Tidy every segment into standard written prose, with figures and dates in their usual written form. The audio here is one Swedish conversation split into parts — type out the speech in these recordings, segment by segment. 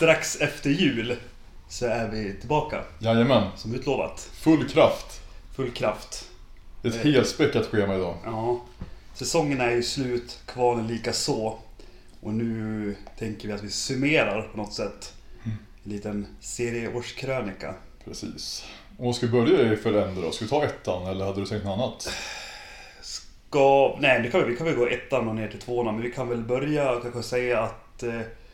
strax efter jul så är vi tillbaka. Jajamän. Som utlovat. Full kraft. Full kraft. Ett helspäckat schema idag. Ja. Säsongen är ju slut, kvalen lika så. Och nu tänker vi att vi summerar på något sätt. En liten serieårskrönika. Precis. Och ska vi börja i förändra då? Ska vi ta ettan eller hade du tänkt något annat? Nej, vi kan väl gå ettan och ner till tvåan. Men vi kan väl börja kanske säga att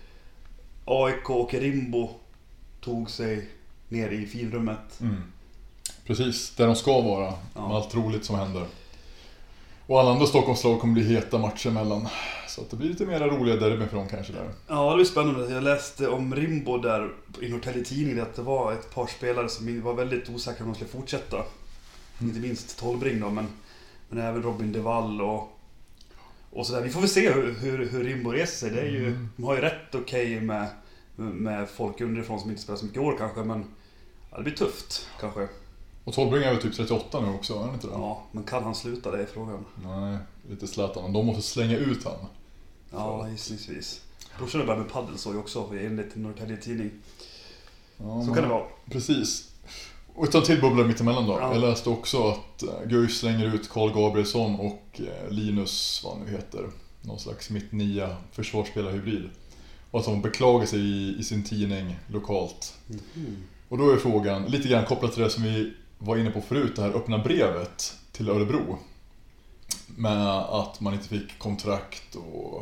AIK och Rimbo tog sig ner i finrummet. Precis, där de ska vara. Med allt roligt som händer. Och alla andra Stockholmslag kommer bli heta matcher mellan. Så att det blir lite mer roliga derby för dem kanske där. Ja, det blir spännande. Jag läste om Rimbo där i Norrtälje tidning att det var ett par spelare som var väldigt osäkra om de skulle fortsätta. Inte minst Tolbring då, men även Robin Devall och sådär. Vi får väl se hur Rimbo reser sig. Det är ju, de har ju rätt okej med folk underifrån som inte spelar så mycket år kanske, men det blir tufft kanske. Och Tolbring är väl typ 38 nu också, är han inte det? Ja, men kan han sluta, det är frågan. Nej, lite Zlatan. De måste slänga ut han. Ja, gissningsvis. Brorsan började med paddel så ju också, enligt Norrtälje tidning. Ja, så kan det vara. Precis. Och utan till bubblar mittemellan då. Ja. Jag läste också att Guif slänger ut Carl Gabrielsson och Linus, vad han nu heter. Någon slags mitt-nia försvarsspelarhybrid. Och att de beklagar sig i sin tidning lokalt. Och då är frågan, lite grann kopplat till det som vi var inne på förut, det här öppna brevet till Örebro. Med att man inte fick kontrakt och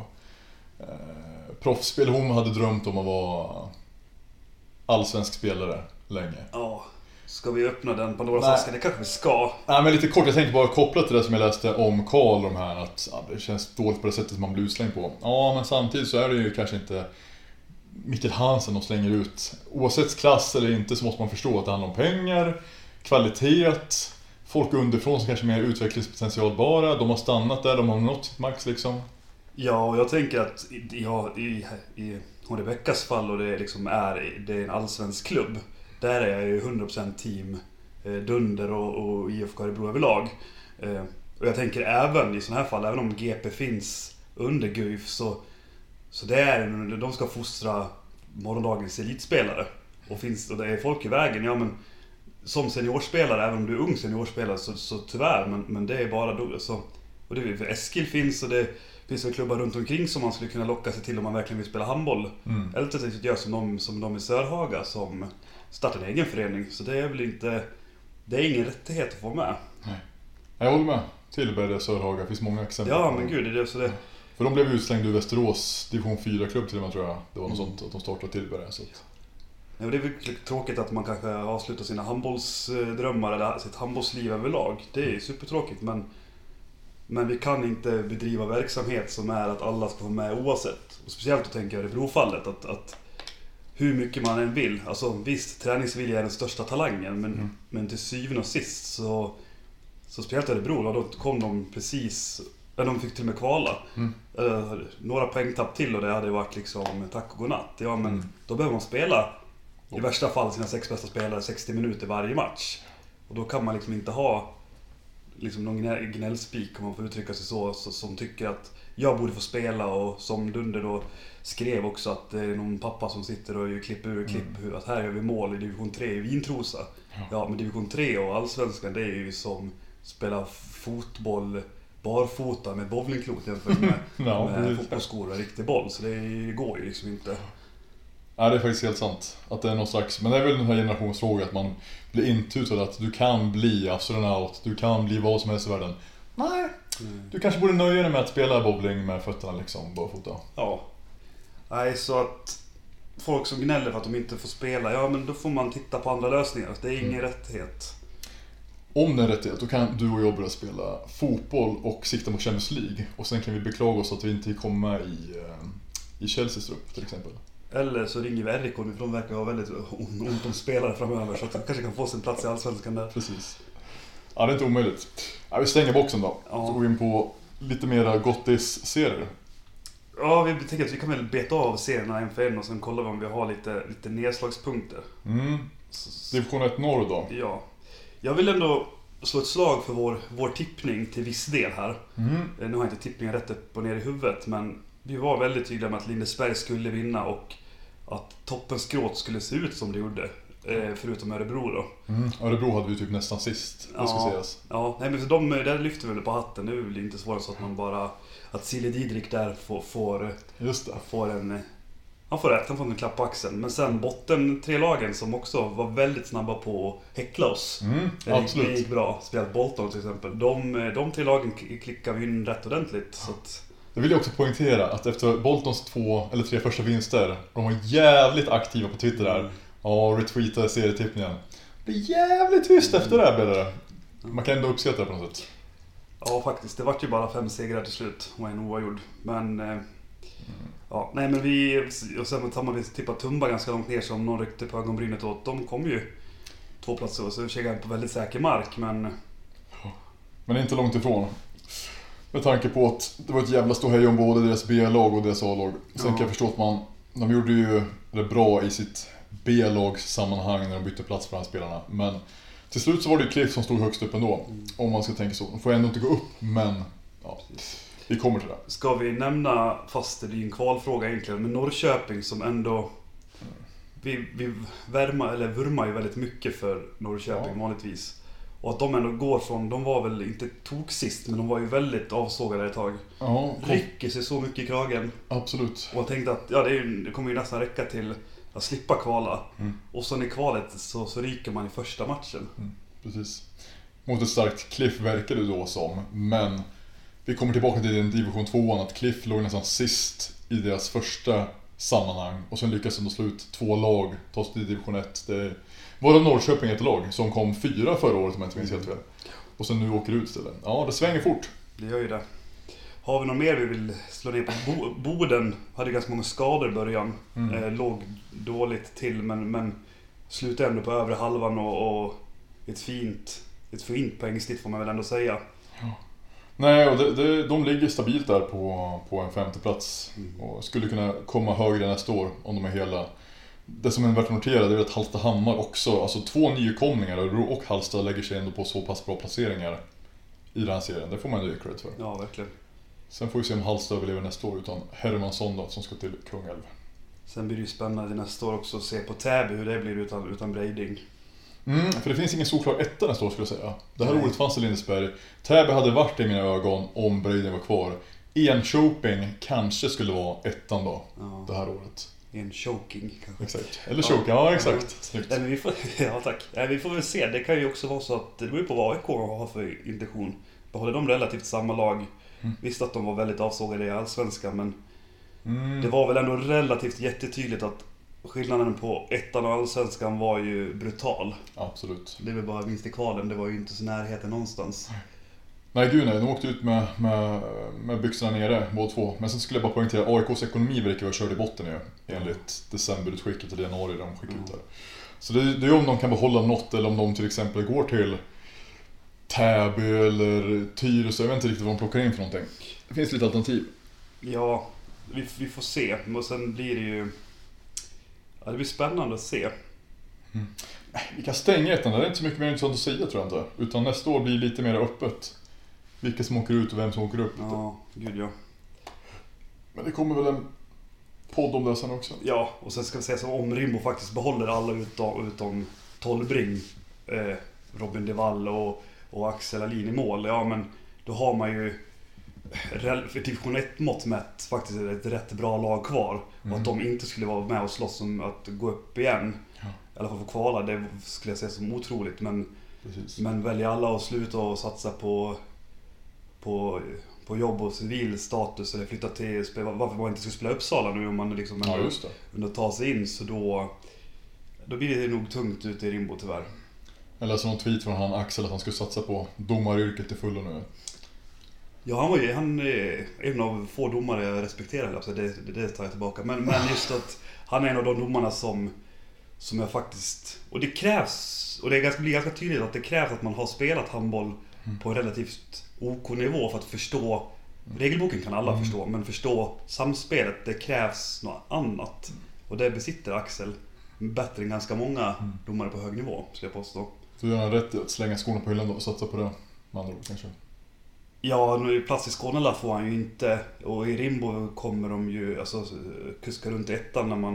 proffsspel. Hon hade drömt om att vara allsvensk spelare länge. Ja, ska vi öppna den Pandoras-asken? Det kanske vi ska. Nej, men lite kort, jag tänkte bara kopplat till det som jag läste om Karl, de här att det känns dåligt på det sättet man blir utslängd på. Ja, men samtidigt så är det ju kanske inte Mikkel Hansen de slänger ut. Oavsett klass eller inte så måste man förstå att det handlar om pengar, kvalitet, folk underifrån som kanske är mer utvecklingspotential bara. De har stannat där, de har nått sitt max liksom. Ja, och jag tänker att i Rebeckas fall, och det liksom det är en allsvensk klubb, där är jag ju 100% team Dunder och IFK Örebro överlag. Och jag tänker även i sådana här fall, även om GP finns under Guif, så de ska fostra morgondagens elitspelare. Och det är folk i vägen, ja, men som seniorspelare, även om du är ung seniorspelare, så tyvärr, men det är bara då så. Och det för Eskil finns, och det finns en klubbar runt omkring som man skulle kunna locka sig till om man verkligen vill spela handboll. Eller till att göra som de i Sörhaga som startar en egen förening. Så det är väl inte, det är ingen rättighet att få med. Nej. Jag håller med. Tillberga, Sörhaga, det finns många exempel. Ja, men gud, det är så det. För de blev utslängda ur Västerås division 4-klubb till och med, tror jag. Det var något sånt att de startade Tillberga. Så att... Ja, det är väl tråkigt att man kanske avslutar sina handbollsdrömmar eller sitt handbollsliv överlag. Det är supertråkigt, men vi kan inte bedriva verksamhet som är att alla ska få med oavsett. Och speciellt att tänka över Örebro-fallet, att hur mycket man än vill. Alltså visst, träningsvilja är den största talangen, men till syvende och sist så speciellt Örebro, då kom de precis, de fick till och med kvala. Några poängtapp till och det hade varit liksom tack och godnatt. Ja, men då behöver man spela i värsta fall sina 6 bästa spelare 60 minuter varje match. Och då kan man liksom inte ha liksom någon gnällspik, om man får uttrycka sig så, som tycker att jag borde få spela, och som Dunder då skrev också att det är någon pappa som sitter och klipper ur klipp att här gör vi mål i division 3 i Vintrosa. Ja, men division 3 och allsvenskan, det är ju som spela fotboll barfota med bowlingklot jämfört med fotbollsskor och riktig boll, så det går ju liksom inte. Ja, det är faktiskt helt sant. Att det är någon slags, men det är väl den här generationsfrågan att man blir intutad att du kan bli astronaut, du kan bli vad som helst i världen. Nej, du kanske borde nöja dig med att spela bowling med fötterna liksom, barfota. Ja. Nej, så att folk som gnäller för att de inte får spela, ja, men då får man titta på andra lösningar. Det är ingen rättighet. Om det är rättighet, då kan du och jag börja spela fotboll och sikta mot Champions League. Och sen kan vi beklaga oss att vi inte kommer med i Chelseas trupp till exempel. Eller så ringer vi RIK, för de verkar ha väldigt ont om spelare framöver, så att de kanske kan få sin plats i allsvenskan där. Precis. Ja, det är inte omöjligt. Ja, vi stänger boxen då. Ja. Så går vi in på lite mera gottis-serier. Ja, vi tänker att vi kan väl beta av serierna en för en och sen kolla om vi har lite nedslagspunkter. Division 1 norr då? Ja. Jag vill ändå slå ett slag för vår tippning till viss del här. Nu har jag inte tippningen rätt upp och ner i huvudet, men vi var väldigt tydliga med att Lindesberg skulle vinna, och att toppens skråt skulle se ut som det gjorde. Förutom Örebro då. Örebro hade vi typ nästan sist, det ska sägas. Ja, nej, men så de där lyfter väl på hatten. Det är väl inte svårare så att man bara... Att Silje Didrik där får en... Han får rätt, han får en klapp på axeln. Men sen botten 3 lagen som också var väldigt snabba på att häckla oss. Absolut. Det gick bra. Spelat Bolton till exempel. De 3 lagen klickar vi in rätt ordentligt. Så att... Det vill jag också poängtera att efter Boltons 2 eller 3 första vinster, de var jävligt aktiva på Twitter där. Ja, retweetade serietippningen. Det är jävligt tyst efter det här blev det. Man kan ändå uppskatta det på något sätt. Ja, faktiskt. Det var ju bara 5 segrar till slut. Och en oavgjord. Men... Ja, nej men och sen tar man tippat Tumba ganska långt ner som någon ryckte på ögonbrynet åt. De kom ju 2 platser så försöker jag på väldigt säker mark, men inte långt ifrån. Med tanke på att det var ett jävla ståhej om både deras B-lag och deras A-lag. Sen kan jag förstå att de gjorde ju det bra i sitt B-lagssammanhang när de bytte plats för de här spelarna. Men till slut så var det ju Cliff som stod högst upp ändå, om man ska tänka så. De får ändå inte gå upp, men ja, vi kommer till det. Ska vi nämna, fast det är en kvalfråga egentligen, men Norrköping som ändå... Vi vurmar ju väldigt mycket för Norrköping vanligtvis. Och att de ändå går från, de var väl inte sist, men de var ju väldigt avsågade ett tag. Rycker sig så mycket i kragen. Absolut. Och jag tänkte att det kommer ju nästan räcka till att slippa kvala. Och så i kvalet så ryker man i första matchen. Precis. Mot ett starkt Cliff verkar det då som, men vi kommer tillbaka till den division 2 att Cliff låg nästan sist i deras första sammanhang. Och sen lyckas de slå ut 2 lag, ta sig till division 1. Det var Norrköping ett lag som kom 4 förra året om jag inte minns helt väl. Och sen nu åker ut istället. Ja, det svänger fort. Det gör ju det. Har vi något mer vi vill slå ner på? Boden hade ganska många skador i början. Låg dåligt till men slutade ändå på övre halvan och ett fint poängsnitt får man väl ändå säga. Ja. Nej, och de ligger stabilt där på en 5:e plats och skulle kunna komma högre nästa år om de är hela. Det som är värt att notera är att Hallstahammar också, alltså 2 nykomlingar, Örebro och Hallsta lägger sig ändå på så pass bra placeringar i den här serien. Det får man ju cred för. Ja, verkligen. Sen får vi se om Hallsta överlever nästa år utan Hermansson då, som ska till Kungälv. Sen blir det ju spännande nästa år också att se på Täby hur det blir utan Breiding. För det finns ingen solklar etta nästa år skulle jag säga. Det här året fanns i Lindesberg. Täby hade varit i mina ögon om Breiding var kvar. Enköping kanske skulle vara ettan då, det här året. En choking kanske. Exakt. Eller choking, ja exakt. Snyggt. Nej, men ja, tack. Vi får väl se. Det kan ju också vara så att det beror på vad AIK har för intention. Behåller de relativt samma lag. Visst att de var väldigt avsågade i Allsvenskan, men det var väl ändå relativt jättetydligt att skillnaden på ettan och Allsvenskan var ju brutal. Absolut. Det var bara vinst i kvalen, det var ju inte så närheten någonstans. Nej gud nej, de åkte ut med byxorna nere, båda två. Men sen skulle jag bara poängtera, AIKs ekonomi verkar vara körd i botten nu, enligt decemberutskicket eller januari de skickade ut där. Så det är om de kan behålla något eller om de till exempel går till Täby eller Tyresö, jag vet inte riktigt vad de plockar in för någonting. Det finns lite alternativ. Ja, vi får se. Och sen blir det ju... Ja, det blir spännande att se. Vi kan stänga ettan, det är inte så mycket mer intressant att säga tror jag inte. Utan nästa år blir lite mer öppet. Vilka som åker ut och vem som åker upp. Ja, gud ja. Men det kommer väl en podd om det sen också. Ja, och sen ska vi säga så om Rimbo faktiskt behåller alla utom Tolbring, Robin Devall och Axel Alin i mål. Ja, men då har man ju för division 1-mått mätt faktiskt ett rätt bra lag kvar. Och att de inte skulle vara med och slåss om att gå upp igen. Ja. I alla fall få kvala, det skulle jag säga som otroligt. Men väljer alla att sluta och satsa på jobb och civil status eller flytta till, varför man inte ska spela Uppsala nu om man liksom ändå tar sig in, så då blir det nog tungt ute i Rimbo tyvärr. Eller så någon tweet från han Axel att han skulle satsa på domaryrket till fullo nu. Ja, han är en av få domare jag respekterar, alltså det tar jag tillbaka. Men just att han är en av de domarna som jag faktiskt, och det krävs, och det blir ganska tydligt att det krävs att man har spelat handboll på en relativt OK-nivå för att förstå. Regelboken kan alla förstå, men förstå samspelet, det krävs något annat. Och det besitter Axel bättre än ganska många domare på hög nivå, skulle jag påstå. Så gör han rätt att slänga skorna på hyllan och satsa på det, med andra ord kanske. Ja, nu plats i Skånela får han ju inte. Och i Rimbo kommer de ju kuska runt ettan när man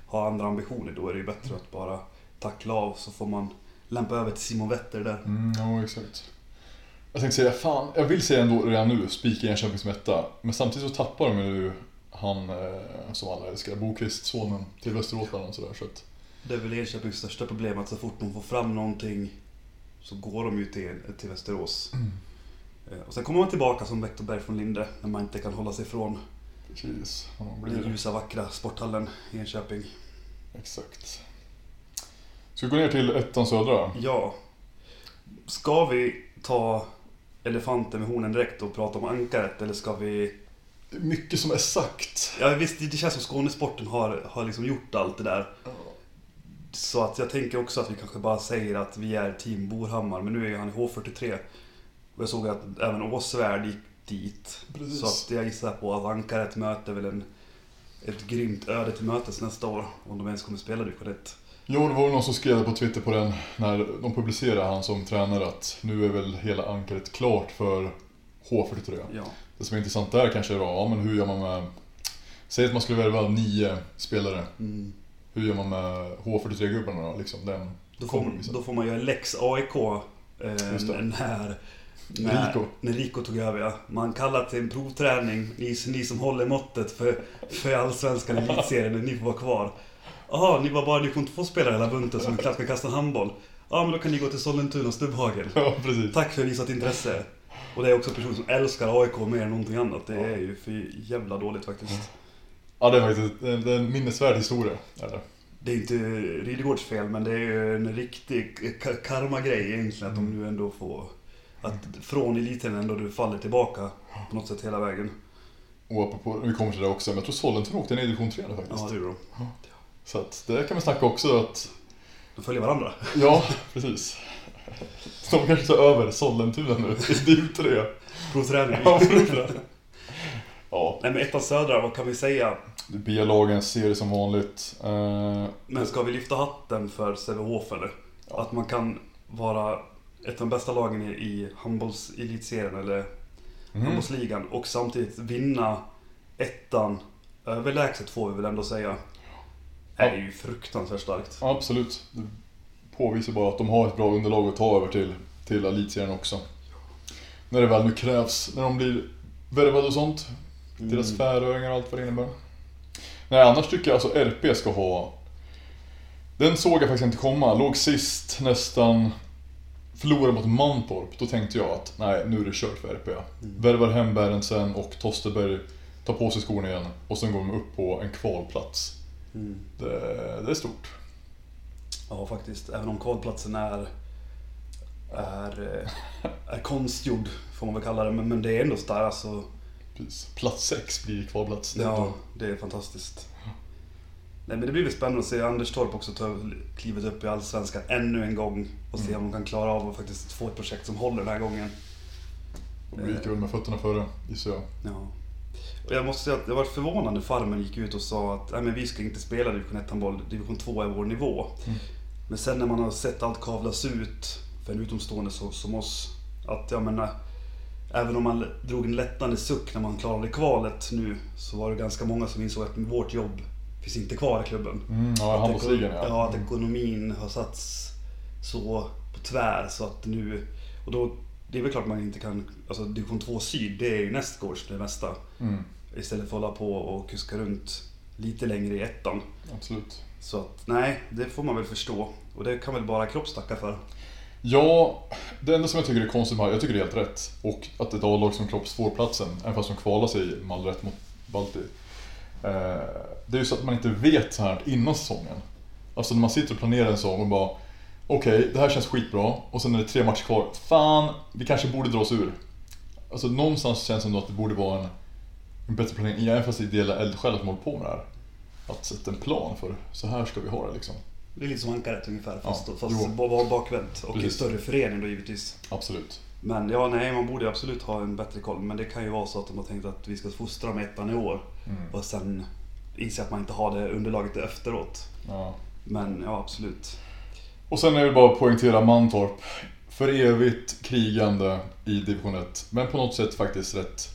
har andra ambitioner, då är det ju bättre att bara tackla av, så får man lämpa över till Simon Wetter där. Ja, exakt. Jag tänkte säga, jag vill säga ändå redan nu, spika Enköping som etta. Men samtidigt så tappar de ju han som alla älskar, Bokvist-sonen till Västerås och sådär. Så att... Det är väl Enköpings största problem, att så fort de får fram någonting så går de ju till Västerås. Och sen kommer man tillbaka som Vector Berg från Linde, när man inte kan hålla sig från Precis. den ljusa, vackra sporthallen i Enköping. Exakt. Ska vi gå ner till ettan södra? Ja. Ska vi ta elefanten med hornen direkt och prata om ankaret, eller ska vi... Mycket som är sagt. Ja visst, det känns som Skånesporten har liksom gjort allt det där. Så att jag tänker också att vi kanske bara säger att vi är team Borhammar, men nu är ju han i H43. Och jag såg att även Åsvärd gick dit. Precis. Så att jag gissar på att ankaret möter väl ett grymt öde till mötes nästa år, om de ens kommer spela det på rätt. Jo, det var någon som skrev på Twitter på den när de publicerade han som tränare att nu är väl hela ankaret klart för H43. Ja. Det som är intressant där kanske är då, ja, men hur gör man med... Säg att man skulle värva 9 spelare. Hur gör man med H43-gubbarna då? Liksom, Då får man göra Lex AIK när Rico tog över. Ja. Man kallar till en provträning, ni som håller måttet för allsvenskan elitserien, ni får vara kvar. Jaha, ni var bara division 2-spelare hela bunten som ska kasta en handboll. Ja, men då kan ni gå till Sollentuna och Stubbhagen. Ja, precis. Tack för visat intresse. Och det är också en person som älskar AIK mer än någonting annat. Det är ju för jävla dåligt faktiskt. Ja, det är faktiskt en minnesvärd historia. Eller? Det är inte Rydegårds fel, men det är ju en riktig karma-grej egentligen, att de nu ändå får... Att från eliten ändå du faller tillbaka på något sätt hela vägen. Och apropå, vi kommer till det också, men jag tror Sollentuna åkte ner i division 3 faktiskt. Ja, det är de. Så att det kan man snacka också att... De följer varandra. Ja, precis. De kanske tar över Sollentuna nu i division 3. Provträning. Ja. Nej, men ettan södra, vad kan vi säga? B-lagen ser det som vanligt. Men ska vi lyfta hatten för Sävehof eller? Ja. Att man kan vara ett av de bästa lagen i handbollselitserien eller handbollsligan och samtidigt vinna ettan överlägset, får vi väl ändå säga. Det är ju fruktansvärt starkt. Ja, absolut. Det påvisar bara att de har ett bra underlag att ta över till elitserien också. När det väl nu krävs, när de blir värvade och sånt. Deras färöringar och allt vad det innebär. Nej, annars tycker jag alltså RP ska ha... Den såg jag faktiskt inte komma. Låg sist, nästan förlorade mot Mantorp. Då tänkte jag att nej, nu är det kört för RP. Värvar hem Berentsen och Tosterberg tar på sig skorna igen. Och sen går de upp på en kvalplats. Det är stort. Ja, faktiskt. Även om kvalplatsen är konstgjord, får man väl kalla det. Men det är ändå starkt. Alltså... Plats 6 blir kvalplats. Ja, det är fantastiskt. Nej, men det blir väl spännande att se Anders Torp också ta klivet upp i allsvenskan ännu en gång och se om de kan klara av att faktiskt få ett projekt som håller den här gången. Och vi gick väl med fötterna före, gissar jag. Ja. Och jag måste säga att jag var förvånad när Farmen gick ut och sa att nej, men vi ska inte spela division 1-handboll, division 2 är vår nivå. Men sen när man har sett allt kavlas ut för en utomstående som oss, att jag menar, även om man drog en lättande suck när man klarade kvalet nu, så var det ganska många som insåg att vårt jobb finns inte kvar i klubben. Ja, handbollsligan, ja. Ja, att ekonomin har satts så på tvär så att nu... Och då, det är väl klart man inte kan... Alltså division 2 syd, det är ju nästgårds det mesta. Istället för att hålla på och kuska runt lite längre i ettan. Absolut. Så att nej, det får man väl förstå. Och det kan väl bara kroppstacka för. Ja, det enda som jag tycker är konstigt med, jag tycker det är helt rätt. Och att ett A-lag som Kropps får platsen, även fast de kvalar sig med all rätt mot Balti. Det är ju så att man inte vet så här innan säsongen. Alltså när man sitter och planerar en säsong och bara okej, det här känns skitbra. Och sen är det 3 matcher kvar. Fan, vi kanske borde dra oss ur. Alltså någonstans känns det ändå att det borde vara en bättre planering. Även fast det är ideella eldsjälar som håller på med det här. Att sätta en plan för så här ska vi ha det liksom. Det är lite som ankaret ungefär, fast jo. bakvänt. Och en större förening då givetvis. Absolut. Men ja, nej, man borde absolut ha en bättre koll. Men det kan ju vara så att de har tänkt att vi ska fostra med ettan i år. Och sen inse att man inte har det underlaget efteråt. Ja. Men ja, absolut. Och sen är det bara att poängtera Mantorp. För evigt krigande i division 1. Men på något sätt faktiskt rätt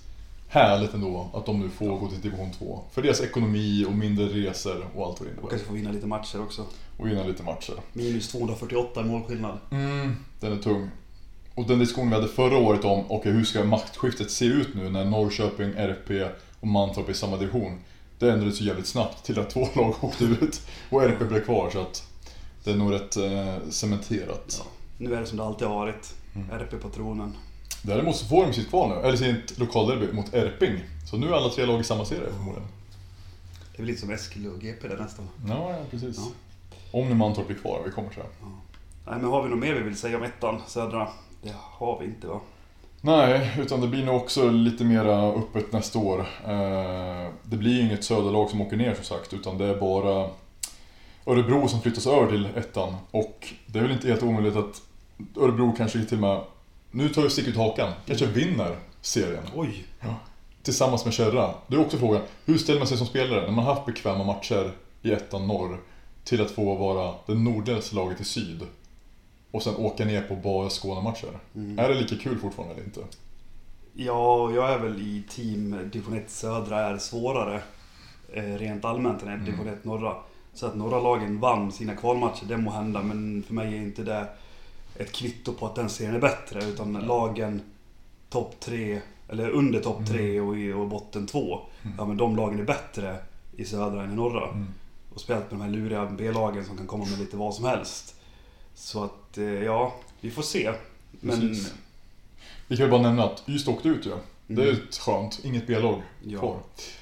härligt ändå att de nu får gå till division 2. För deras ekonomi och mindre resor och allt vad det innebär. Och kanske få vinna lite matcher också. Och vinna lite matcher. Minus 248 i målskillnad. Den är tung. Och den diskussionen vi hade förra året om hur ska maktskiftet se ut nu när Norrköping, RP och Mantorp är i samma division. Det ändrades ju jävligt snabbt till att 2 lag åkte ut och RP blev kvar, så att det är nog rätt cementerat. Ja. Nu är det som det alltid har varit. RP på tronen. Däremot så får de sitt kval nu, eller sitt lokalderby mot Erping. Så nu är alla 3 lag i samma serie förmodligen. Det är väl lite som Eskil och GP där nästan. Ja, precis. Ja. Om nu Mantorp blir kvar, vi kommer så här. Ja. Nej, men har vi något mer vi vill säga om ettan, södra? Det har vi inte, va? Nej, utan det blir nog också lite mera öppet nästa år. Det blir inget söderlag som åker ner som sagt, utan det är bara Örebro som flyttas över till ettan. Och det är väl inte helt omöjligt att Örebro kanske till och med, nu tar jag stick ut hakan, kanske vinner serien. Oj! Ja. Tillsammans med Kärra. Det är också frågan, hur ställer man sig som spelare när man har haft bekväma matcher i ettan norr till att få vara det nordligaste laget i syd och sen åka ner på bara Skånematcher? Är det lika kul fortfarande eller inte? Ja, jag är väl i team division 1 södra är svårare rent allmänt än division 1 norra. Så att norra lagen vann sina kvalmatcher, det må hända, men för mig är inte det ett kvitto på att den serien är bättre, utan lagen topp 3 eller under topp 3 och botten 2, ja, men de lagen är bättre i södra än i norra. Och spelat med de här luriga B-lagen som kan komma med lite vad som helst. Så att ja, vi får se. Men vi kan ju bara nämna att Ystad åkte ut ju. Det är ett skönt, inget B-lag kvar.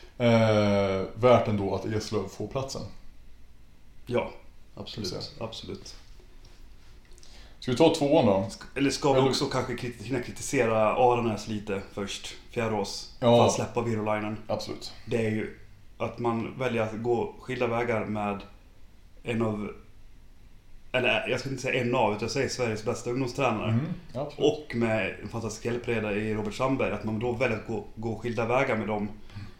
Värt ändå att Eslöv får platsen. Ja, absolut. Ska vi ta 2:an då? Eller ska vi också kanske kritisera Aranäs lite först, Fjärås, för att släppa Virolainen. Absolut. Det är ju att man väljer att gå skilda vägar med en av, eller jag ska inte säga en av, utan jag säger Sveriges bästa ungdomstränare. Och med en fantastisk hjälpreda i Robert Sandberg, att man då väljer att gå skilda vägar med dem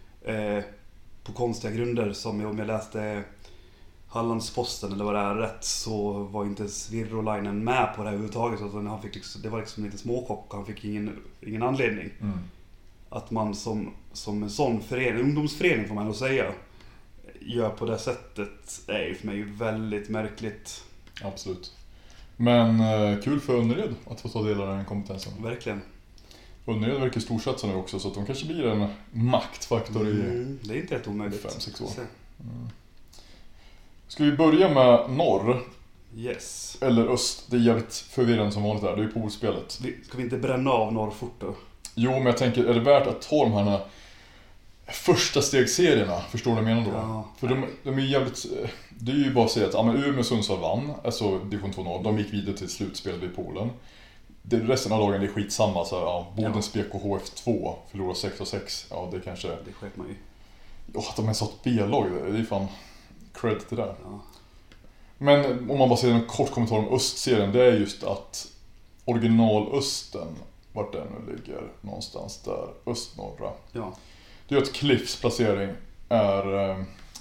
på konstiga grunder. Som om jag läste Hallandsposten eller vad det är rätt, så var inte Virolainen med på det här överhuvudtaget, så han fick liksom, det var liksom lite småchock och han fick ingen anledning. Att man som en sån förening, ungdomsförening får man nog säga, gör på det sättet är ju för mig väldigt märkligt. Absolut. Men kul för Önnered att få ta del av den kompetensen. Verkligen. Önnered verkar storsatsa nu också, så att de kanske blir en maktfaktor i det är inte helt omöjligt. 5-6 år. Ska vi börja med norr? Yes. Eller öst? Det är jävligt förvirrande som vanligt där. Det är ju polspelet. Ska vi inte bränna av norr fort då? Jo, men jag tänker, är det värt att ta de här första stegserierna? Förstår du vad jag menar då? Ja. För de är ju jävligt... Det är ju bara att säga att Umeå och Sundsvall vann, alltså division 2 norr. De gick vidare till slutspelet vid Polen. Resten av lagen är skitsamma. Så, Bodens BK HF2 förlorar 6-6. Ja, det kanske... Det sket man ju. Att de är så ett B-lag, det är fan cred till det. Ja. Men om man bara säger en kort kommentar om östserien, det är just att originalösten, vart den nu ligger, någonstans där, östnorra. Ja. Det är att Cliffs placering är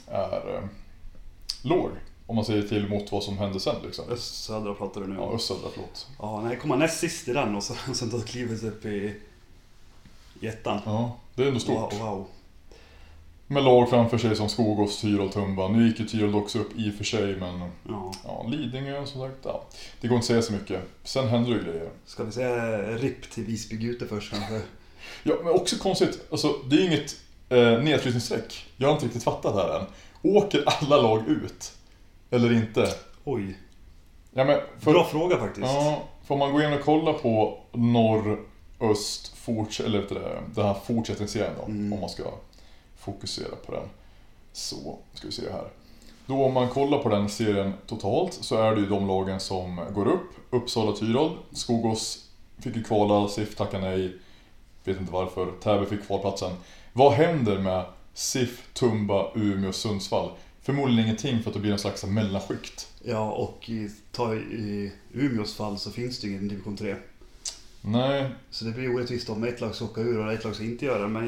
låg, om man säger till mot vad som hände sen liksom. Östsödra pratar du nu om. Ja, östsödra, förlåt. Ja, nej, kommer näst sist i den och sen tar klivet upp i ettan. Ja, det är ändå stort. Wow. Med lag framför sig som Skogås, Tyrold, Tumba. Nu gick ju Tyrold också upp i och för sig, men Lidingö som sagt, det går inte att säga så mycket. Sen händer det grejer. Ska vi säga RIP till Visby Gute först kanske? Ja, men också konstigt. Alltså, det är inget nedflyttningssträck. Jag har inte riktigt fattat det här än. Åker alla lag ut? Eller inte? Oj. Ja, men bra fråga faktiskt. Ja, får man gå in och kolla på norr-öst eller den här fortsättningsserien då, om man ska fokusera på den. Så ska vi se här. Då om man kollar på den serien totalt så är det ju de lagen som går upp. Uppsala, Tyrold, Skogås fick ju kvala, SIF tackade nej. Vet inte varför. Täby fick kvalplatsen. Vad händer med SIF, Tumba, Umeå och Sundsvall? Förmodligen ingenting, för att det blir en slags mellanskikt. Ja, och i Umeås fall så finns det ingen division 3. Nej. Så det blir orättvist om ett lag ska åka ur och ett lag ska inte göra. Men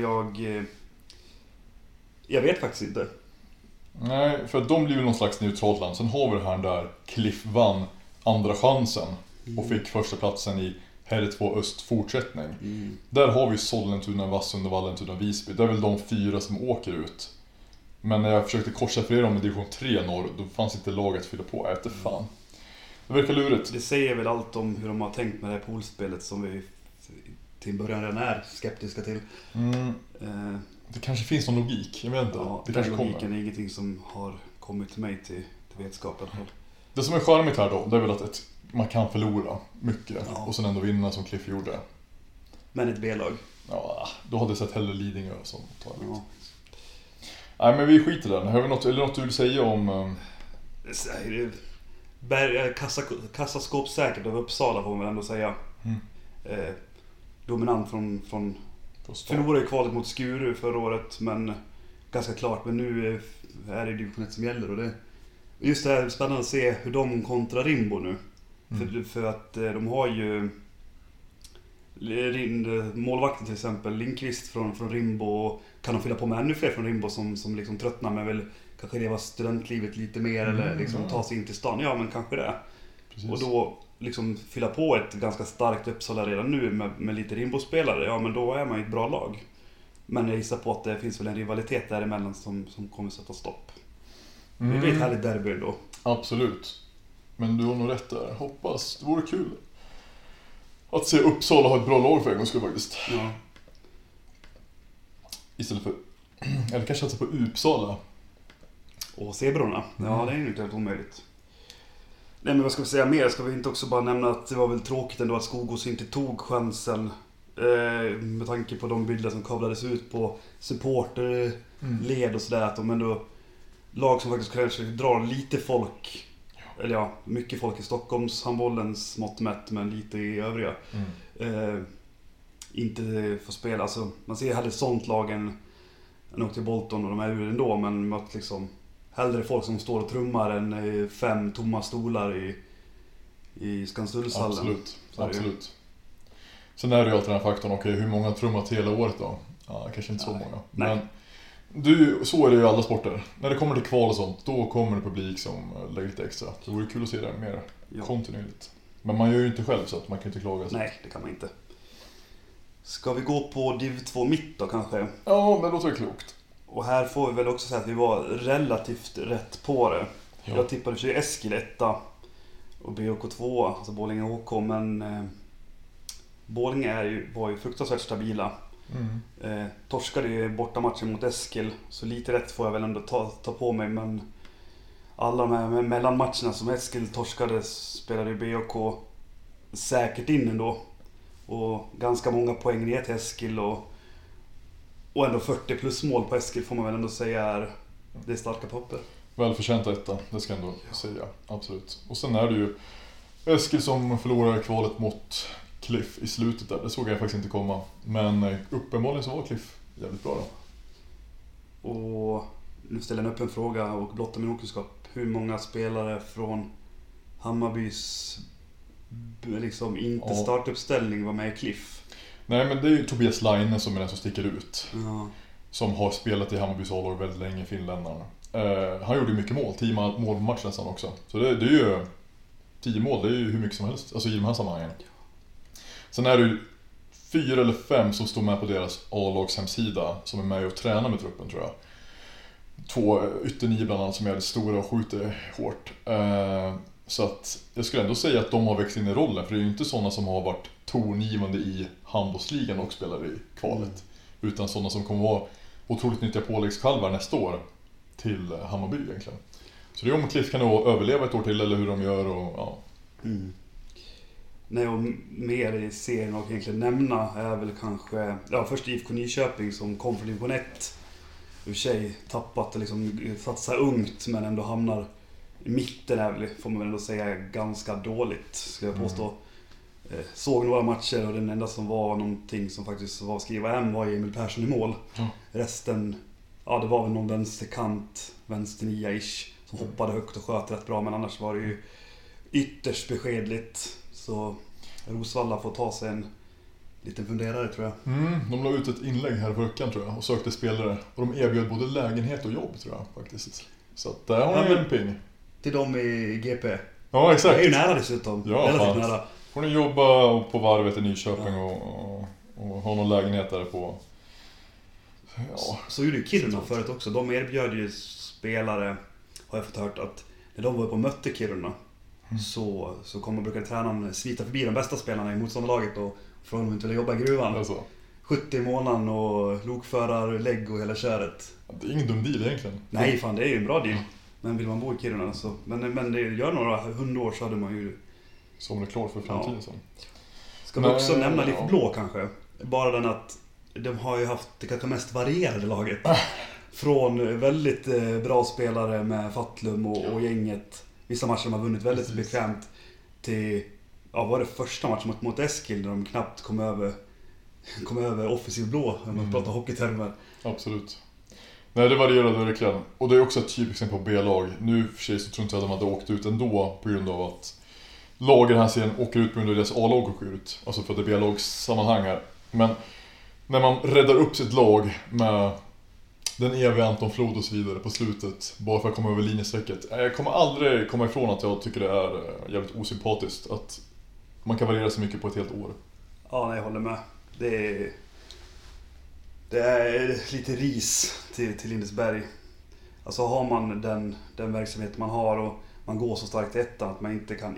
jag vet faktiskt inte. Nej, för att de blir ju någon slags neutralt land. Sen har vi det här där Cliff vann andra chansen och fick första platsen i Här är 2 öst fortsättning. Där har vi Sollentuna, Vassunda, Vallentuna, Visby. Det är väl de 4 som åker ut. Men när jag försökte korsa för dem i division 3 norr, då fanns inte laget att fylla på. Jag vet inte fan. Det verkar lurigt. Det säger väl allt om hur de har tänkt med det här poolspelet som vi till början redan är skeptiska till. Det kanske finns någon logik, jag vet inte. Ja, det den kanske logiken kommer. är ingenting som har kommit till mig till vetskapen. Det som är charmigt här då, det är väl att man kan förlora mycket och sen ändå vinna som Cliff gjorde. Men ett B-lag. Ja, då hade jag sett hellre Lidingö som tar det. Ja. Nej, men vi skiter där. Har vi något du vill säga om... Kassaskåpssäkert av Uppsala får man ändå säga. Dominant från förlorade ju kvalet mot Skuru förra året, men ganska klart. Men nu är det division 1 som gäller. Och det, just det här är spännande att se hur de kontrar Rimbo nu. För att de har ju målvakten till exempel, Lindqvist från Rimbo, och kan de fylla på med ännu fler från Rimbo som liksom tröttnar med väl kanske leva studentlivet lite mer eller liksom ta sig in till stan. Ja, men kanske det. Precis. Och då liksom fylla på ett ganska starkt Uppsala redan nu med lite Rimbo-spelare. Ja, men då är man ju ett bra lag. Men jag gissar på att det finns väl en rivalitet däremellan som kommer sätta stopp. Det blir ett härligt derby då. Absolut. Men du har nog rätt där. Hoppas. Det vore kul att se Uppsala ha ett bra lag för en gång skulle faktiskt. Ja. Istället för... Eller kanske satsa på Uppsala. Och Zebrorna. Ja, det är ju inte helt omöjligt. Nej, men vad ska vi säga mer? Ska vi inte också bara nämna att det var väl tråkigt ändå att Skogås inte tog chansen. Med tanke på de bilder som kablades ut på supporterled och sådär. Att de ändå... Lag som faktiskt kanske drar lite folk... Eller ja, mycket folk i Stockholms handbollens mått mätt, men lite i övriga. Inte får spela. Alltså, man ser hellre sånt lag än åkt till Bolton och de är ur ändå, men mött liksom hellre folk som står och trummar än 5 tomma stolar i Skanstullshallen. Absolut. Sen är det ju alltid den här faktorn, okej, hur många trummat hela året då? Ja, kanske inte så många. Nej. Men så är det ju i alla sporter. När det kommer till kval och sånt, då kommer det publik som lägger lite extra. Det vore kul att se det mer kontinuerligt. Men man gör ju inte själv så att man kan inte klaga. Nej, det kan man inte. Ska vi gå på Div 2 mitt då kanske? Ja, det låter klokt. Och här får vi väl också säga att vi var relativt rätt på det. Ja. Jag tippade för Eskil 1 och BOK 2, alltså Borlänge HK, men Borlänge var ju fruktansvärt stabila. Torskade ju bortamatchen mot Eskil, så lite rätt får jag väl ändå ta på mig, men alla de här mellanmatcherna som Eskil torskade spelade ju BOK säkert in ändå. Och ganska många poäng ner till Eskil och ändå 40 plus mål på Eskil får man väl ändå säga är det starka papper. Välförtjänta 1, det ska jag ändå säga, absolut. Och sen är det ju Eskil som förlorar kvalet mot Cliff i slutet där. Det såg jag faktiskt inte komma. Men uppenbarligen så var Cliff jävligt bra då. Och nu ställer jag upp en fråga och blottar min okunskap. Hur många spelare från Hammarbys liksom inte startuppställning var med i Cliff? Nej, men det är ju Tobias Line som är den som sticker ut. Ja. Som har spelat i Hammarbys A-lag väldigt länge, finländaren. Han gjorde ju mycket mål, 10 mål på matchen nästan också. Så det är ju 10 mål, det är ju hur mycket som helst, alltså i de här sammanhangen. Sen är det ju 4 eller 5 som står med på deras A-lags hemsida som är med och tränar med truppen, tror jag. 2 ytternio bland annat som är stora och skjuter hårt. Så att jag skulle ändå säga att de har växt in i rollen, för det är ju inte sådana som har varit tongivande i handbollsligan och spelar i kvalet. Utan sådana som kommer vara otroligt nyttiga påläggskalvar nästa år till Hammarby egentligen. Så det är om Cliff kan överleva ett år till eller hur de gör och ja. Nej, och mer i serien och egentligen nämna är väl kanske först IFK Nyköping som kom från division 1. I och för sig tappat och liksom satsar ungt, men ändå hamnar i mitten är väl, får man väl ändå säga, ganska dåligt, ska jag påstå. Såg några matcher och den enda som var någonting som faktiskt var att skriva hem var Emil Persson i mål. Resten, det var väl någon vänsterkant, vänsternia-ish, som hoppade högt och sköt rätt bra, men annars var det ju ytterst beskedligt. Så Rosvalla får ta sig en liten funderare, tror jag. De la ut ett inlägg här för veckan, tror jag, och sökte spelare. Och de erbjöd både lägenhet och jobb, tror jag, faktiskt. Så att där har jag en ping. Till dem i GP. Ja, exakt. Det är ju nära dessutom. Ja, relativt nära. får ni jobba på varvet i Nyköping och ha någon lägenhet där på... Ja. Så gjorde ju Kiruna förut också. De erbjöd ju spelare, har jag fått hört, att när de var på mötte Kiruna så brukade tränaren svita förbi de bästa spelarna i motståndarlaget och fråga om de inte ville jobba i gruvan. Alltså. 70 i månaden och lokförar, lägg och hela köret. Det är ingen dum deal egentligen. Nej, fan, det är ju en bra deal. Men vill man bo i Kiruna så... Men det gör några 100 år så hade man ju... Som är klar för framtiden. Ja. Ska vi också nämna lite blå kanske? Bara den att de har ju haft det kanske mest varierade laget. Från väldigt bra spelare med Fattlum och gänget. Vissa matcher de har vunnit väldigt bekvämt. Till, var det första matchen mot Eskil där de knappt kom över offensiv blå. När man pratar hockeytermer. Absolut. Nej, det varierade verkligen. Och det är också ett typexempel på B-lag. Nu för sig så tror inte jag att de hade åkt ut ändå på grund av att lagen här serien åker ut på grund av deras A-lag åker ut. Alltså för att det är B-lagssammanhang här. Men när man räddar upp sitt lag med den eviga Anton Flod och så vidare på slutet bara för att komma över linjesträcket. Jag kommer aldrig komma ifrån att jag tycker det är jävligt osympatiskt att man kan variera så mycket på ett helt år. Ja, nej, jag håller med. Det är lite ris till Lindesberg. Alltså har man den verksamhet man har och man går så starkt i ettan att man inte kan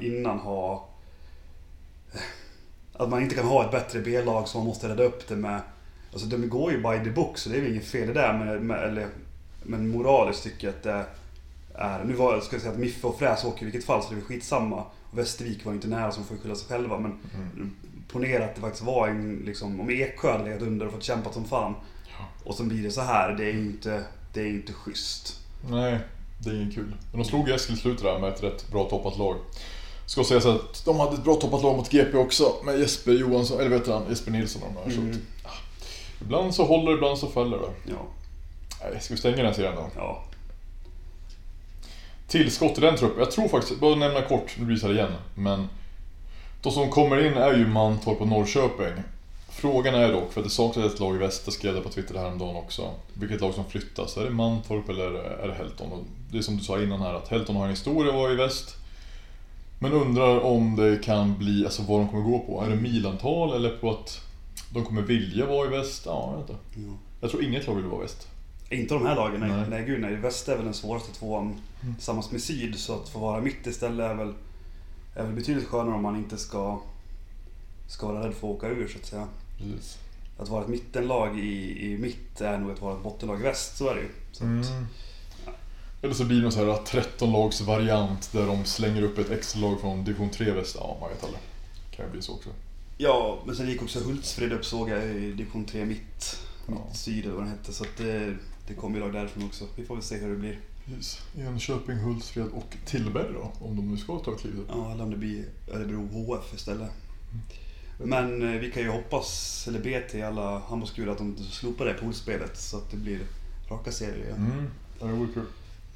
ha ett bättre B-lag som man måste rädda upp det med. Alltså de går ju by the book, så det är väl inget fel i det men moraliskt tycker jag att det är... Nu ska jag säga att Miffe och Fräs åker i vilket fall så det är skitsamma. Och Västervik var inte nära som får skylla sig själva, men ponera att det faktiskt var om Eksjö hade legat under och fått kämpat som fan. Och så blir det så här, det är inte schysst. Nej, det är ingen kul. Men de slog Eskil slut där med ett rätt bra toppat lag. Ska säga så att de hade ett bra toppat lag mot GP också med Jesper Johansson, eller vet han, Jesper Nilsson och de här. Så ibland så håller, ibland så fäller det. Ja. Nej, ska vi stänga den serien då? Ja. Tillskott i den truppen. Jag tror faktiskt, bara nämna kort, nu blir det så här igen. Men de som kommer in är ju Mantorp och Norrköping. Frågan är dock, för att det saknas ett lag i väst, det skrev jag på Twitter häromdagen också. Vilket lag som flyttas, är det Mantorp eller är det Helton? Och det är som du sa innan här, att Helton har en historia var i väst. Men undrar om det kan bli, alltså vad de kommer gå på. Är det milantal eller på att de kommer vilja vara i väst? Ja, jag vet inte. Ja. Jag tror inget lag vill vara i väst. Inte de här lagen, nej gud nej. Väst är väl den svåraste tvåan tillsammans med syd. Så att få vara mitt istället är väl betydligt skönare om man inte ska vara rädd för att åka ur så att säga. Precis. Att vara ett mittenlag i mitt är nog att vara ett bottenlag i väst, så är det ju. Så att, Eller så blir det någon så här 13-lags variant där de slänger upp ett extra lag från division 3 väst. Ja, man vet aldrig. Kan ju bli så också. Ja, men sen gick också Hultsfred upp, såg jag, i division 3 mitt syd eller vad den hette. Så att det kommer ju lag därifrån också. Vi får väl se hur det blir. Precis. Enköping, Hultsfred och Tillberg då, om de nu ska ta klivet. Ja, eller om det blir Örebro HF istället. Men vi kan ju hoppas, eller be till alla handbollsgudar att de slopar det poolspelet så att det blir raka serier. Ja, det vore kul.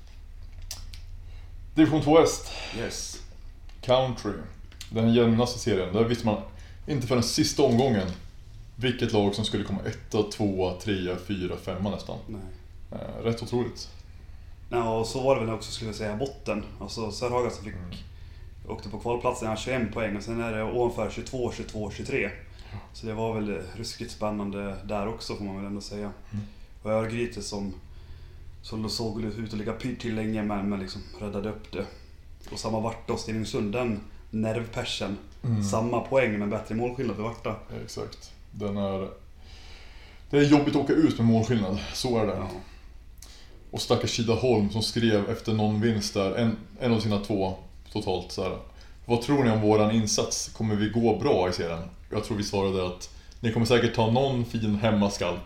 Division 2 Väst. Yes. Country. Den jämnaste serien. Där visste man inte för den sista omgången vilket lag som skulle komma 1, 2, 3, 4, 5 nästan. Nej. Rätt otroligt. Ja, och så var det väl också, skulle jag säga, botten. Alltså Sörhaga som åkte på kvalplatsen, han har 21 poäng och sen är det ovanför 22, 22, 23. Så det var väl ruskigt spännande där också, får man väl ändå säga. Och Örgryte som såg ut att ligga pyrt till länge men liksom räddade upp det. Och samma Varta och Stenungsund, den nervpersen. Samma poäng men bättre målskillnad för Varta. Exakt. Det är jobbigt att åka ut med målskillnad, så är det. Ja. Och stackars Kidaholm som skrev efter någon vinst där, en av sina 2 totalt så här. Vad tror ni om våran insats? Kommer vi gå bra i serien? Jag tror vi svarade att ni kommer säkert ta någon fin hemmaskalp.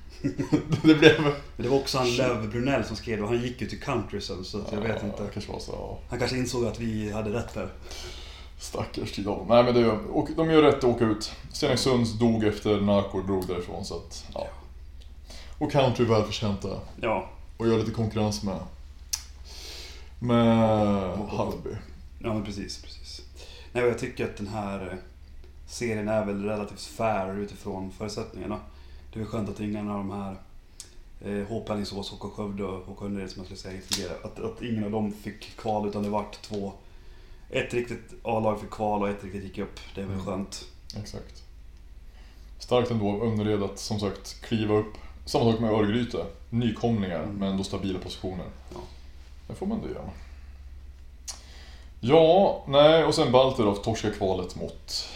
Det var också han Löv Brunell som skrev och han gick ju till countrysen så att jag vet inte. Kanske var så, ja. Han kanske insåg att vi hade rätt där. Stackars Tidaholm. Nej men de gör rätt att åka ut. Stenungsunds dog efter Narko drog därifrån så att ja. Och country välförtjänta. Ja. Och gör lite konkurrens med Hallby. Ja men precis. Nej, jag tycker att den här serien är väl relativt fair utifrån förutsättningarna. Det är skönt att ingen av de här HP Alingsås, HK Skövde och HK Underred som jag skulle säga tidigare, att ingen av dem fick kval utan det vart 2 ett riktigt A-lag för kval och ett riktigt gick upp. Det är väl skönt. Exakt. Starkt ändå av Önnered att som sagt kliva upp. Samma sak med Örgryte. Nykomlingar men ändå stabila positioner. Ja. Det får man det göra. Ja, nej, och sen Balter då torska kvalet mot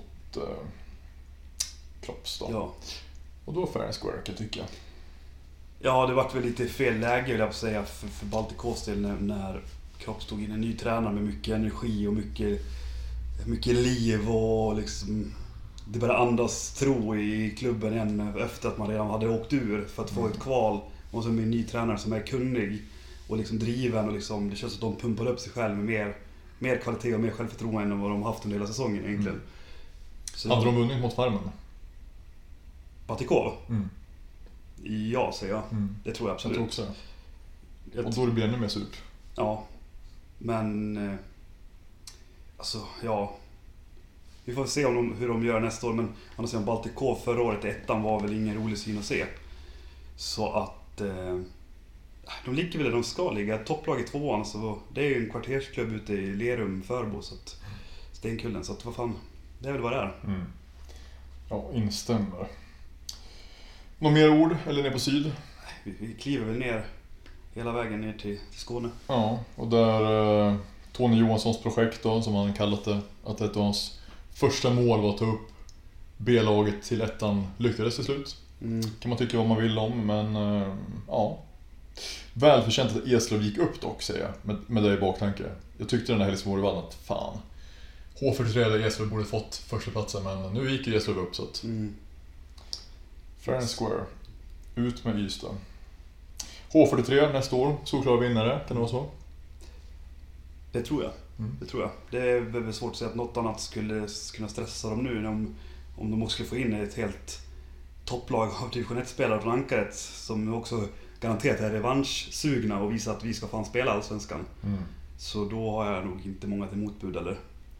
Kropps då. Ja. Och då Fair and Square kan jag tycka. Ja, det var väl lite fel läge vill jag säga för Baltikos del när Kropps tog in en ny tränare med mycket energi och mycket liv och liksom det började andas tro i klubben igen efter att man redan hade åkt ur för att få ett kval och så med en ny tränare som är kunnig och liksom driven och liksom det känns att de pumpar upp sig själv med mer kvalitet och mer självförtroende än vad de har haft under hela säsongen egentligen. Så hade de vunnit mot Farmen? Baltikov? Ja, säger jag. Det tror jag absolut. Jag tror också. Och då blir det ännu mer surt. Ja. Men alltså, ja. Vi får se hur de gör nästa år. Men annars säger Baltikov förra året i ettan var väl ingen rolig syn att se. Så att de ligger väl där de ska ligga. Topplag i tvåan. Så det är ju en kvartersklubb ute i Lerum, Förbo. Så att Stenkullen. Så att vad fan. Det är väl vad det är. Ja, instämmer. Några mer ord? Eller ner på syd? Vi kliver väl ner hela vägen ner till Skåne. Ja, och där Tony Johanssons projekt då, som han kallat det, att ett av hans första mål var att ta upp B-laget till ettan, lyckades till slut. Kan man tycka vad man vill om, men ja. Välförtjänt att Eslöv gick upp dock, säger jag, med det i baktanke. Jag tyckte den här Helsingborg att fan, H43 eller Eslöv borde fått första platsen, men nu gick ju Eslöv upp så att Fair and Square. Ut med Ystad. H43 nästa år, solklar vinnare, kan det vara så? Det tror jag. Det tror jag. Det är väl svårt att säga att något annat skulle kunna stressa dem nu om de också skulle få in ett helt topplag av division 1-spelare från Ankaret som också garanterat är revanschsugna och visar att vi ska fan spela Allsvenskan. Så då har jag nog inte många till motbud eller.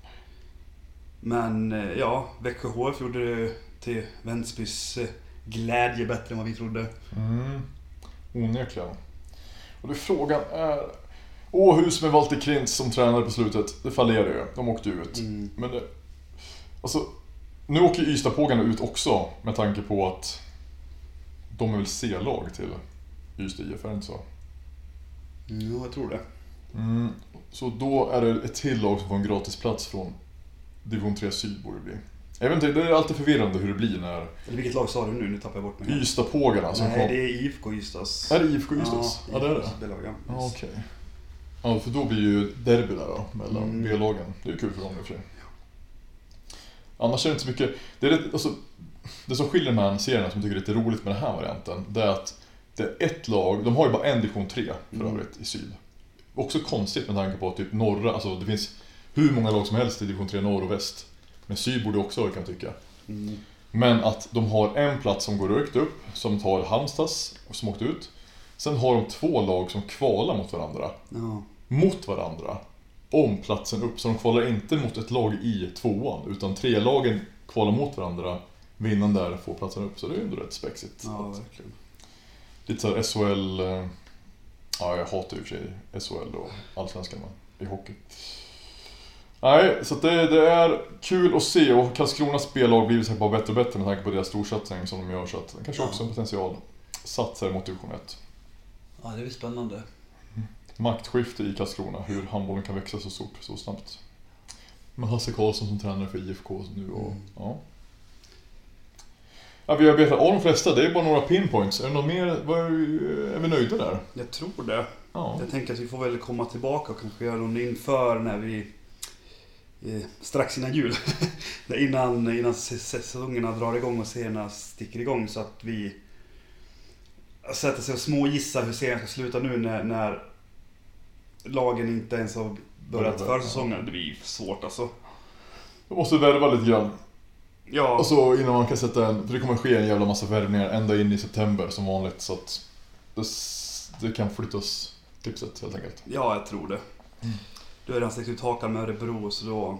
Men ja, Växjö HF gjorde det till Vänsbys glädje bättre än vad vi trodde. Onekligen. Och det frågan är Åhus med Walter Krintz som tränare på slutet. Det fallerade ju, de åkte ut. Men det, alltså, nu åker ju Ystad-pågarna ut också med tanke på att de är väl C-lag till Ystad IF, är det inte så? Ja, jag tror det. Så då är det ett till lag som får en gratisplats från Division 3 Syd borde det bli. Jag vet inte, det är alltid förvirrande hur det blir när... Eller vilket lag sa du nu? Nu tappar jag bort mig. Ystad-pågarna som Nej, det är IFK Ystas. Är det IFK Ystas? Ja, det är det. Ja, okej. Ja, för då blir ju derby där då, mellan B-lagen. Det är kul för dem i och för sig. Annars är det inte så mycket... Det som skiljer de här serierna som jag tycker är lite roligt med den här varianten, det är att det är ett lag, de har ju bara en division 3 för övrigt i syd. Också konstigt med tanke på typ norra, alltså det finns hur många lag som helst i division 3 norr och väst. Men syd borde också kan jag tycka. Men att de har en plats som går rökt upp, som tar Halmstads och som åkt ut. Sen har de två lag som kvalar mot varandra. Mot varandra. Om platsen upp, så de kvalar inte mot ett lag i tvåan, utan tre lagen kvalar mot varandra. Vinnaren där får platsen upp, så det är ändå rätt spexigt. Ja, verkligen. Lite såhär SHL... Ja, jag hatar ju för sig SHL och allsvenskan i hockey. Nej, så det är kul att se, och Karlskronas spellag blir säkert bara bättre och bättre med tanke på deras storsatsning som de gör, så att kanske också en potential satsar mot division 1. Ja, det är spännande. Maktskifte i Karlskrona, hur handbollen kan växa så stort, så snabbt. Med Hasse Karlsson som tränare för IFK nu och ja, vi har betat av de flesta, det är bara några pinpoints. Är det något mer, är vi nöjda där? Jag tror det. Ja. Jag tänker att vi får väl komma tillbaka och kanske göra någon inför när vi strax innan jul. innan säsongerna drar igång och serierna sticker igång, så att vi sätter sig och smågissa hur serien ska sluta nu när lagen inte ens har börjat för säsongen. Det blir svårt alltså. Vi måste värva lite grann. Ja. Och så innan man kan sätta för det kommer ske en jävla massa värvningar ända in i september som vanligt, så att det kan flyttas tipset helt enkelt. Ja, jag tror det. Du har redan sträckt ut hakan med Örebro, så då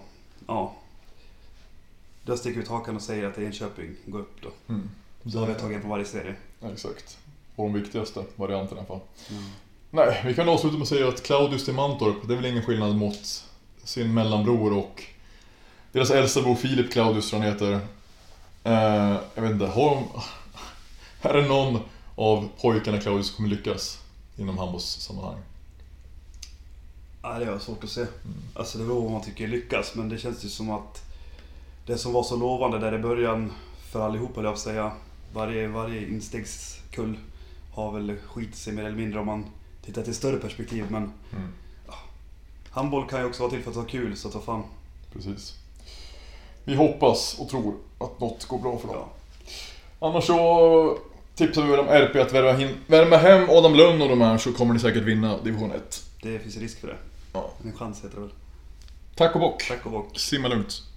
då sticker ut hakan och säger att Enköping går upp då. Så har vi tagit på varje serie. Ja, exakt. Och de viktigaste varianterna i alla fall. Nej, vi kan avsluta med att säga att Claudius till Mantorp, det är väl ingen skillnad mot sin mellanbror och deras äldsta bror Filip Claudius, tror han heter. Jag vet inte, är det någon av pojkarna Claudius som kommer lyckas inom handbollssammanhang? Ja, det är svårt att se. Alltså det beror på vad man tycker lyckas, men det känns ju som att det som var så lovande där i början för allihopa, jag säga, varje instegskull har väl skit sig mer eller mindre om man tittar till större perspektiv, men handboll kan ju också vara till för att ha kul, så att vad fan. Precis. Vi hoppas och tror att något går bra för dem. Ja. Annars så tipsar vi väl om RP att värma hem Adam Lund och de här, så kommer ni säkert vinna division 1. Det finns risk för det. Ja. En chans heter det väl. Tack och bock. Tack och bock. Simma lugnt.